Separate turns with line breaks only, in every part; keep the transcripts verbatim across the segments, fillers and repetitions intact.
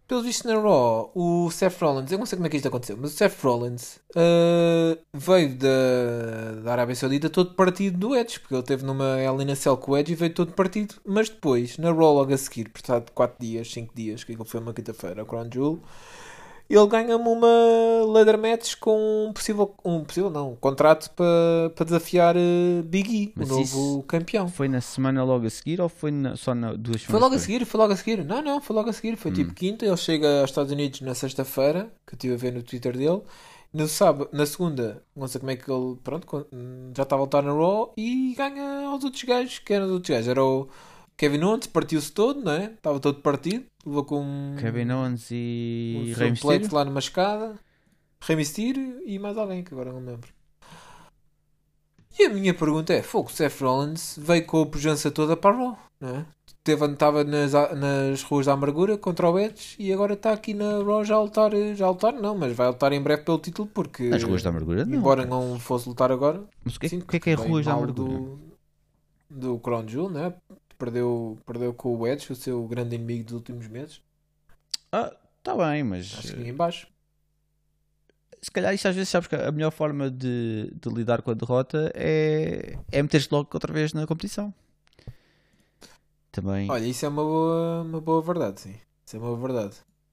Pelo visto na Raw, o Seth Rollins, eu não sei como é que isto aconteceu, mas o Seth Rollins uh, veio da, da Arábia Saudita todo partido do Edge, porque ele teve numa Hell in a Cell com o Edge e veio todo partido, mas depois, na Raw logo a seguir, portanto quatro dias, cinco dias, que foi uma quinta-feira, a Crown Jewel, ele ganha-me uma ladder match com um possível, um possível não, um contrato para pa desafiar uh, Big E,
Mas
o novo
isso
campeão.
Foi na semana logo a seguir ou foi na, só na, duas
Foi
semanas
logo a
depois?
seguir, foi logo a seguir. Não, não, foi logo a seguir. Foi tipo
Hum.
quinta, ele chega aos Estados Unidos na sexta-feira, que eu estive a ver no Twitter dele. No sábado, na segunda, não sei como é que ele, pronto, con- já está a voltar na Raw e ganha aos outros gajos. Que eram os outros gajos? Era o Kevin Owens, partiu-se todo, não é? Estava todo partido, levou com um,
Kevin Owens
um
e Rey
suplex
Mysterio?
lá numa escada. Rey Mysterio e mais alguém que agora não me lembro. E a minha pergunta é: fogo, Seth Rollins veio com a pujança toda para a Raw, não é? Teve, estava nas, nas ruas da amargura contra o Edge e agora está aqui na Raw já a lutar, já a lutar não, mas vai lutar em breve pelo título porque,
Nas ruas da amargura? Não.
embora
cara.
não fosse lutar agora,
Mas o que, é-
sim,
o que é que é
porque
ruas da
veio mal
amargura?
do, do Crown Jewel, né? Perdeu, perdeu com o Edge, o seu grande inimigo dos últimos meses.
Ah, tá bem, mas
Acho que
eh,
em baixo.
se calhar isto às vezes sabes que a melhor forma de, de lidar com a derrota é, é meter-te logo outra vez na competição. Também.
Olha, isso é uma boa, uma boa verdade, sim. Isso é uma boa verdade.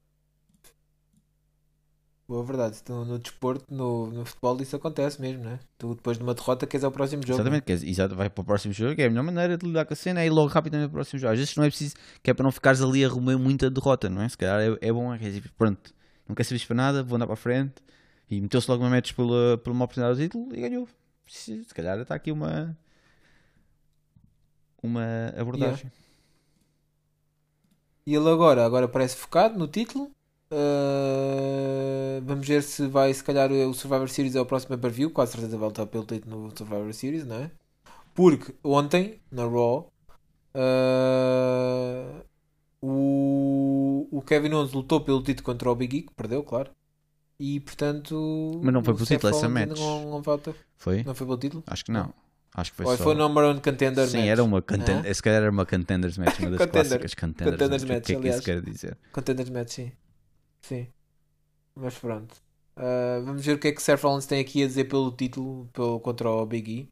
Boa verdade. No, no desporto, no, no futebol, isso acontece mesmo, né? Tu depois de uma derrota queres ao próximo jogo, né?
Exatamente, quer dizer, exato, vai para o próximo jogo, é a melhor maneira de lidar com a cena é ir logo rapidamente para o próximo jogo. Às vezes não é preciso, que é para não ficares ali a remoer muita derrota, não é? Se calhar é, é bom, é que é tipo, pronto, não quer saber para nada, vou andar para a frente e meteu-se logo uma match pela, por uma oportunidade do título e ganhou. Se, se calhar está aqui uma, uma
Yeah.
abordagem.
E ele agora, agora parece focado no título. Uh, vamos ver se vai, se calhar o Survivor Series é o próximo pay-per-view. Quase certeza vai lutar pelo título no Survivor Series, não é? Porque ontem, na Raw, uh, o, o Kevin Owens lutou pelo título contra o Big E, que perdeu, claro. E portanto,
Mas não foi
o
pelo
Seth
título essa
Rollins ainda
match.
não, não volta.
Foi?
Não foi pelo título?
Acho que
Não.
não. Acho que foi
Ou
só.
foi o number one contender
Sim,
match?
era uma contender,
Hã?
se calhar era uma contenders match, uma das
Contender.
clássicas contenders,
Contenders
match. O
match,
que é que isso
aliás.
quer dizer?
Contenders match, sim. Sim. Mas pronto. Uh, vamos ver o que é que Seth Rollins tem aqui a dizer pelo título pelo, contra o Big E.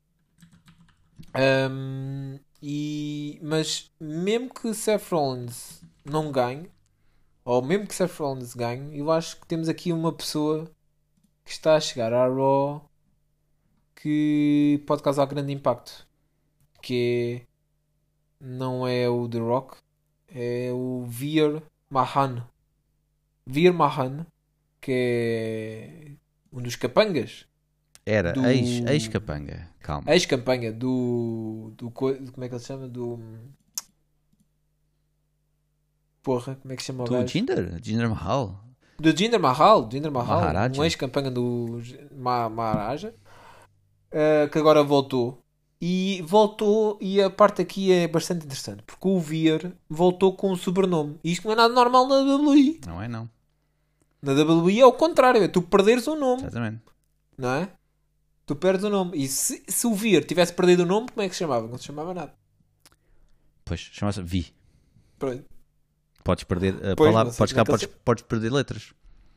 Um, e, mas mesmo que Seth Rollins não ganhe, ou mesmo que Seth Rollins ganhe, eu acho que temos aqui uma pessoa que está a chegar à Raw que pode causar grande impacto. Que é, não é o The Rock, é o Veer Mahan. Veer Mahan, que é um dos capangas
Era
do
ex, ex-capanga, calma.
ex-campanha do, do co- como é que ele se chama? Do porra, como é que se chama o
Do
gajo?
Jinder? Jinder Mahal?
Do Jinder Mahal, Jinder Mahal,
Maharaja?
um ex-campanha do J- Ma- Maharaja, eh, que agora voltou. E voltou, e a parte aqui é bastante interessante, porque o Veer voltou com um sobrenome. E isto não é nada normal na W W E.
Não é não,
Na W W E é o contrário, é tu perderes o nome,
exatamente.
não é? Tu perdes o nome. E se, se o Veer tivesse perdido o nome, como é que se chamava? Não se chamava nada.
Pois, chama-se Vi.
Pronto.
Podes perder a
Pois,
palavra,
não sei
podes,
como é
cá,
que ele
podes, podes perder letras.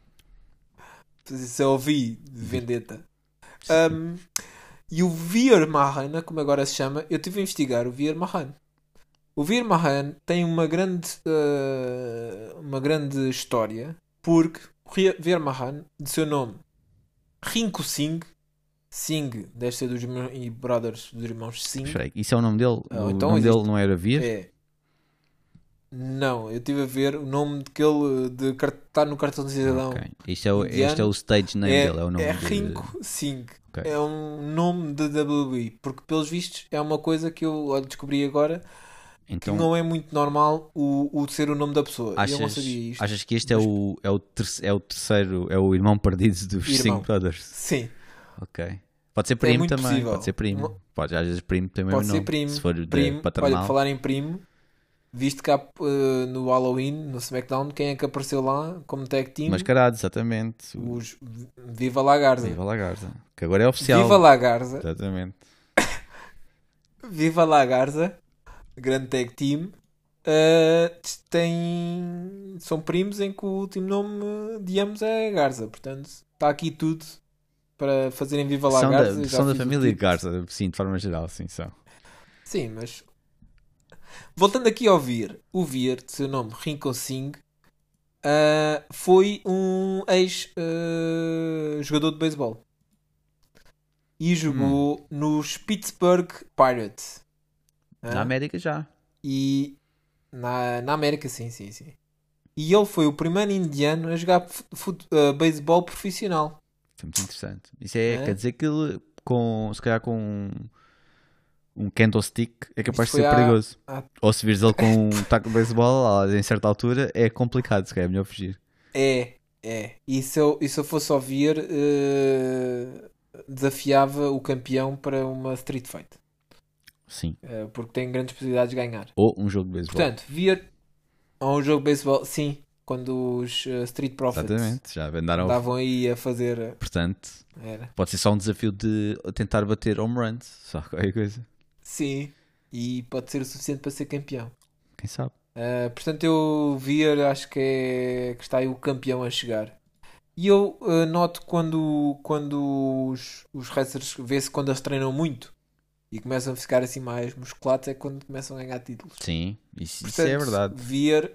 Se eu ouvi de vendetta. Um, e o Veer Mahan, como agora se chama, eu tive a investigar o Veer Mahan. O Veer Mahan tem uma grande, uh, uma grande história, porque o Veer Mahan, de seu nome Rinku Singh, Singh deve ser dos irmãos, e brothers dos irmãos Singh.
Espera aí, isso é o nome dele?
Ah,
o
então
nome
existe-
dele não era Vir?
É. Não, eu estive a ver o nome daquele de está no cartão de cidadão.
Ok. Isto é, o,
indiano.
este é o stage name
É,
dele, é o nome
é
de-
Rinku Singh.
Ok.
É um nome de W W E. Porque, pelos vistos, é uma coisa que eu olha, descobri agora que
Então,
não é muito normal o, o ser o nome da pessoa. E eu não
achas,
sabia isto.
achas que este é
Mas-
o, é, o terce- é o terceiro, é o irmão perdido dos
Irmão.
Cinco Brothers?
Sim,
Ok. Pode ser primo
muito
também,
possível.
pode ser primo.
Uma-
Pode, às vezes primo tem o mesmo
pode ser
nome.
primo.
Se for de
primo.
paternal.
Olha, por falar em primo, visto que há, uh, no Halloween, no SmackDown, quem é que apareceu lá como tag team?
Mascarado, exatamente. O
Os Viva La Garza.
Viva La Garza. Que agora é oficial.
Viva La Garza.
Exatamente.
Viva La Garza, grande tag team. uh, tem, são primos em que o último nome de ambos é Garza. Portanto, está aqui tudo para fazerem viva lá
São
Garza.
da,
Eu já
são da
fiz o
família
tipo.
Garza, sim, de forma geral, sim, são.
Sim, mas voltando aqui ao Vir, o Vir, de seu nome Rincon Singh, uh, foi um ex-jogador de beisebol e
Hum,
jogou nos Pittsburgh Pirates.
na
Hã?
América já.
E na, na América, sim, sim, sim. E ele foi o primeiro indiano a jogar fut- fut- uh, beisebol profissional.
Foi muito interessante. Isso é, quer
Hã?
dizer que ele, com, se calhar com um, um candlestick, é capaz
Isto
de ser
foi há,
perigoso.
há-
Ou se vires ele com um taco de beisebol, ah, em certa altura, é complicado, se calhar é melhor fugir.
É, é. E se eu, e se eu fosse ouvir, uh, desafiava o campeão para uma street fight.
Sim.
Uh, porque tem grandes possibilidades de ganhar.
Ou um jogo de beisebol.
Portanto, via a um jogo de beisebol, sim, quando os uh, Street Profits
Exatamente, já andaram.
andavam aí a fazer. uh,
Portanto,
Era.
pode ser só um desafio de tentar bater home runs, só qualquer coisa.
Sim, e pode ser o suficiente para ser campeão.
Quem sabe?
Uh, portanto, eu via, acho que, é, que está aí o campeão a chegar. E eu uh, noto quando, quando os, os wrestlers, vê-se quando eles treinam muito e começam a ficar assim mais musculados, é quando começam a ganhar títulos.
Sim, isso, isso
Portanto,
é verdade.
Vier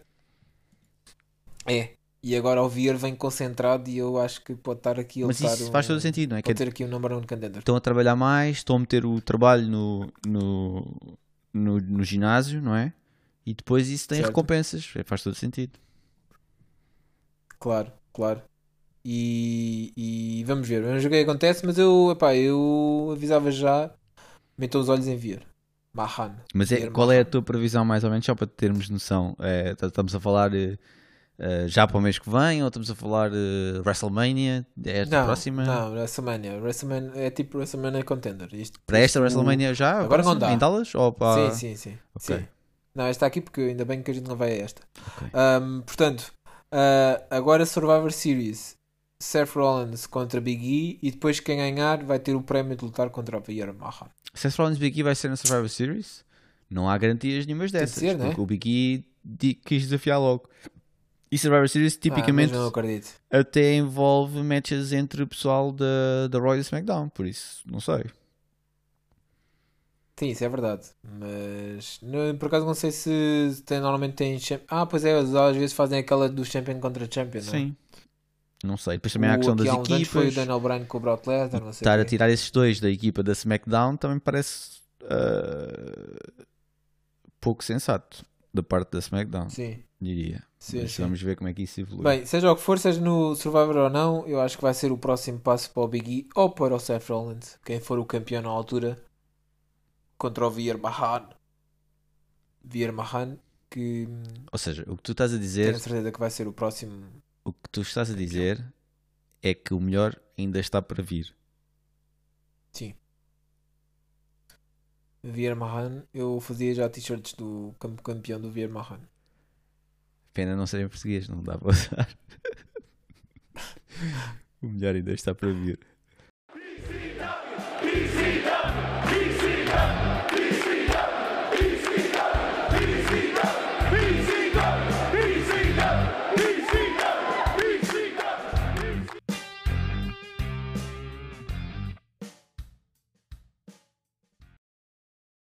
é. E agora o Vier vem concentrado e eu acho que pode estar aqui a
Mas
lutar
isso faz todo
um,
sentido, não é? Que
pode ter aqui um number one contender.
estão a trabalhar mais, estão a meter o trabalho no, no, no, no ginásio, não é? E depois isso tem
Certo?
recompensas, é, faz todo sentido.
Claro, claro. E, e vamos ver, vamos ver o que acontece, mas eu, epá, eu avisava já, metam os olhos em Vier. Mahan.
Mas é,
Vier
qual é a
Mahan.
tua previsão, mais ou menos, só para termos noção? É, tá- estamos a falar eh, eh, já para o mês que vem, ou estamos a falar eh, WrestleMania, é esta
Não,
próxima?
não, WrestleMania. WrestleMania é tipo WrestleMania Contender. Isto,
Para esta
isto-
WrestleMania já, a
Agora não
próxima,
dá.
em Dallas? Ou
Sim,
para...
sim, sim.
Ok,
Sim. Não, esta aqui porque ainda bem que a gente não vai a esta.
ok.
Ahm, portanto, ah, agora Survivor Series. Seth Rollins contra Big E e depois quem ganhar vai ter o prémio de lutar contra o Veer Mahan.
Seth Rollins Big E vai ser na Survivor Series? Não há garantias nenhumas
Tem de
dessas,
ser, né?
porque o Big E di- quis desafiar logo. E Survivor Series
Ah, mas
tipicamente
não acredito.
até envolve matches entre o pessoal da, da Raw e da SmackDown, por isso, não sei.
Sim, isso é verdade. Mas não- por acaso não sei se tem, normalmente tem. champ- Ah, pois é, eles às vezes fazem aquela do Champion contra Champion, não é?
Sim, não sei. Depois também há a
O,
questão
aqui
das
há uns anos foi o
equipas.
Daniel Bryan com o Brock Lesnar, não sei o
Estar a
quê.
tirar esses dois da equipa da SmackDown também parece ah, pouco sensato da parte da SmackDown,
Sim,
diria.
sim,
Mas
sim.
vamos ver como é que isso evolui.
Bem, seja o que for, seja no Survivor ou não, eu acho que vai ser o próximo passo para o Big E ou para o Seth Rollins, quem for o campeão na altura, contra o Veer Mahan. Veer Mahan, que hum,
Ou seja, o que tu estás a
tenho
dizer,
a certeza que vai ser o próximo
o que tu estás a
campeão.
dizer é que o melhor ainda está para vir.
Sim. Veer Mahan, eu fazia já t-shirts do cam- campeão do Veer Mahan.
Pena não ser em português, não dá para usar. O melhor ainda está para vir.